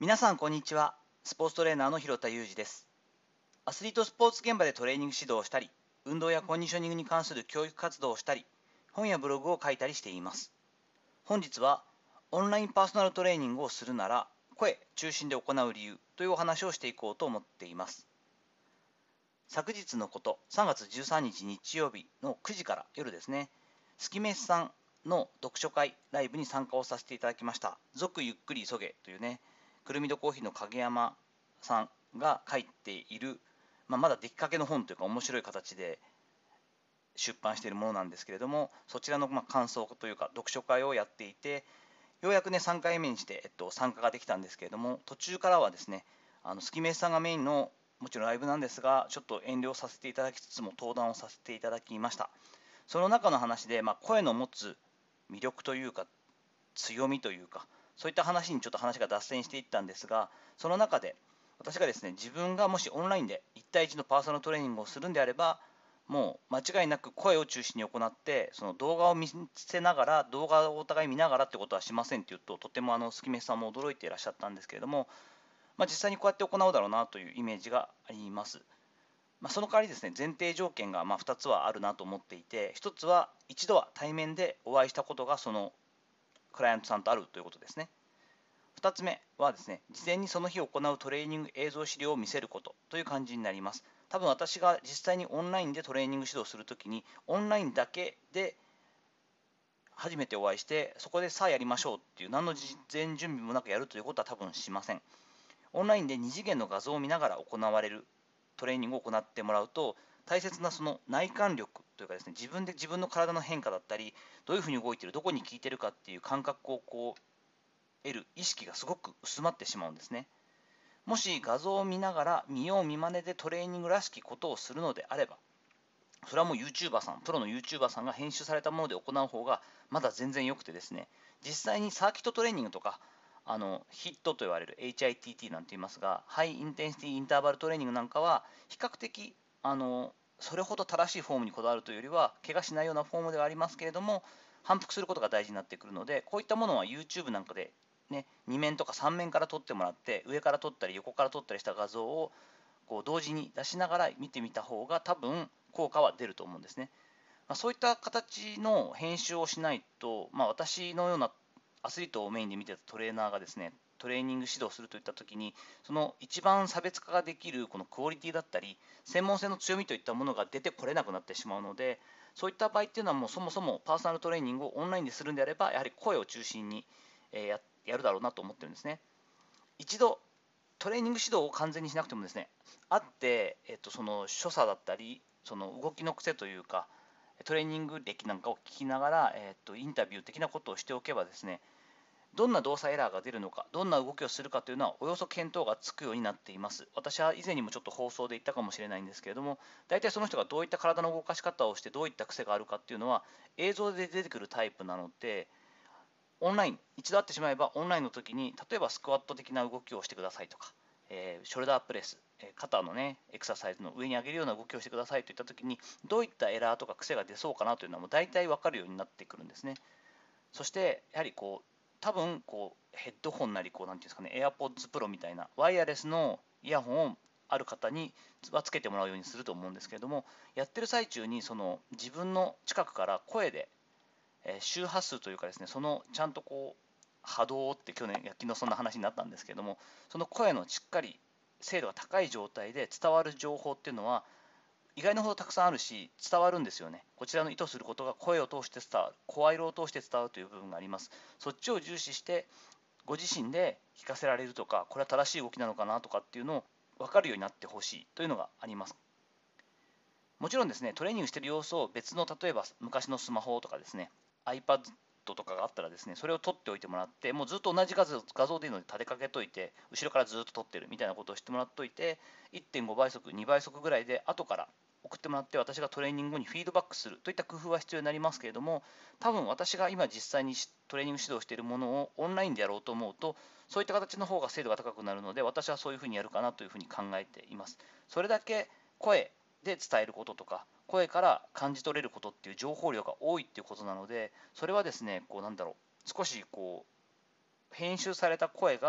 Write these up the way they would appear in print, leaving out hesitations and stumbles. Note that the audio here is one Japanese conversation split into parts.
皆さんこんにちは。スポーツトレーナーの広田裕二です。アスリートスポーツ現場でトレーニング指導をしたり、運動やコンディショニングに関する教育活動をしたり、本やブログを書いたりしています。本日はオンラインパーソナルトレーニングをするなら声中心で行う理由というお話をしていこうと思っています。昨日のこと、3月13日日曜日の9時から夜ですね、スキメスさんの読書会ライブに参加をさせていただきました。続ゆっくり急げというね、くるみどコーヒーの影山さんが書いている、まだ出来かけの本というか面白い形で出版しているものなんですけれども、そちらの感想というか読書会をやっていて、ようやくね3回目にして、参加ができたんですけれども、途中からはですね、スキメスさんがメインのもちろんライブなんですが、ちょっと遠慮させていただきつつも登壇をさせていただきました。その中の話で、声の持つ魅力というか強みというか、そういった話にちょっと話が脱線していったんですが、その中で私がですね、自分がもしオンラインで1対1のパーソナルトレーニングをするんであれば、もう間違いなく声を中心に行って、その動画を見せながら、動画をお互い見ながらってことはしませんって言うと、とてもスキメスさんも驚いていらっしゃったんですけれども、実際にこうやって行うだろうなというイメージがあります。その代わりですね、前提条件が2つはあるなと思っていて、1つは一度は対面でお会いしたことがそのクライアントさんとあるということですね。2つ目はですね、事前にその日行うトレーニング映像資料を見せることという感じになります。多分私が実際にオンラインでトレーニング指導するときに、オンラインだけで初めてお会いして、そこでさあやりましょうっていう、何の事前準備もなくやるということは多分しません。オンラインで2次元の画像を見ながら行われるトレーニングを行ってもらうと、大切なその内観力というかですね、自分で自分の体の変化だったり、どういうふうに動いている、どこに効いているかっていう感覚を得る意識がすごく薄まってしまうんですね。もし画像を見ながら見よう見まねでトレーニングらしきことをするのであれば、それはもう YouTuber さん、プロの YouTuber さんが編集されたもので行う方がまだ全然良くてですね、実際にサーキットトレーニングとか、ヒットと言われる HITT なんて言いますが、ハイインテンシティインターバルトレーニングなんかは、比較的、それほど正しいフォームにこだわるというよりは、怪我しないようなフォームではありますけれども、反復することが大事になってくるので、こういったものは YouTube なんかで、ね、2面とか3面から撮ってもらって、上から撮ったり横から撮ったりした画像を同時に出しながら見てみた方が多分効果は出ると思うんですね。そういった形の編集をしないと、私のようなアスリートをメインで見てたトレーナーがですね、トレーニング指導するといったときに、その一番差別化ができるこのクオリティだったり、専門性の強みといったものが出てこれなくなってしまうので、そういった場合っていうのはもうそもそもパーソナルトレーニングをオンラインでするんであれば、やはり声を中心にやるだろうなと思ってるんですね。一度トレーニング指導を完全にしなくてもですね、あって、その所作だったり、その動きの癖というか、トレーニング歴なんかを聞きながら、インタビュー的なことをしておけばですね、どんな動作エラーが出るのか、どんな動きをするかというのは、およそ見当がつくようになっています。私は以前にもちょっと放送で言ったかもしれないんですけれども、大体その人がどういった体の動かし方をして、どういった癖があるかっていうのは、映像で出てくるタイプなので、オンライン、一度会ってしまえば、オンラインの時に、例えばスクワット的な動きをしてくださいとか、ショルダープレス、肩のね、エクササイズの上に上げるような動きをしてくださいといった時に、どういったエラーとか癖が出そうかなというのはもう大体わかるようになってくるんですね。そして、やはり多分ヘッドホンなりなんていうんですかね、AirPods Pro みたいなワイヤレスのイヤホンをある方にはつけてもらうようにすると思うんですけれども、やってる最中にその自分の近くから声で周波数というかですね、そのちゃんと波動って去年、昨日そんな話になったんですけども、その声のしっかり精度が高い状態で伝わる情報っていうのは、意外なほどたくさんあるし、伝わるんですよね。こちらの意図することが声を通して伝わる、声色を通して伝わるという部分があります。そっちを重視して、ご自身で聞かせられるとか、これは正しい動きなのかなとかっていうのを分かるようになってほしいというのがあります。もちろんですね、トレーニングしている様子を別の、例えば昔のスマホとかですね、iPad とかがあったらですね、それを撮っておいてもらって、もうずっと同じ画像でいいので立てかけといて、後ろからずっと撮ってるみたいなことをしてもらっといて、1.5倍速、2倍速ぐらいで後から送ってもらって、私がトレーニング後にフィードバックするといった工夫は必要になりますけれども、多分私が今実際にトレーニング指導しているものをオンラインでやろうと思うと、そういった形の方が精度が高くなるので、私はそういうふうにやるかなというふうに考えています。それだけ声で伝えることとか、声から感じ取れることっていう情報量が多いっていうことなので、それはですね、なんだろう、少し編集された声が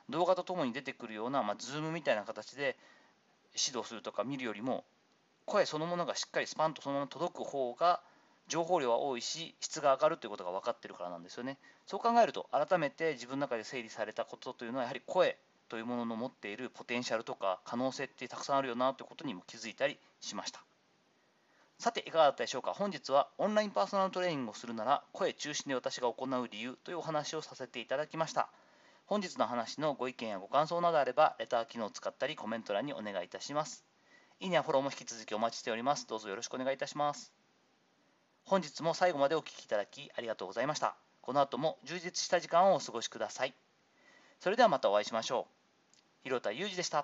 動画とともに出てくるような、ズームみたいな形で指導するとか見るよりも、声そのものがしっかりスパンとそのまま届く方が情報量は多いし質が上がるということが分かっているからなんですよね。そう考えると改めて自分の中で整理されたことというのは、やはり声というものの持っているポテンシャルとか可能性ってたくさんあるよなということにも気づいたりしました。さていかがだったでしょうか。本日はオンラインパーソナルトレーニングをするなら声中心で私が行う理由というお話をさせていただきました。本日の話のご意見やご感想などあればレター機能を使ったりコメント欄にお願いいたします。いいねやフォローも引き続きお待ちしております。どうぞよろしくお願いいたします。本日も最後までお聞きいただきありがとうございました。この後も充実した時間をお過ごしください。それではまたお会いしましょう。広田裕二でした。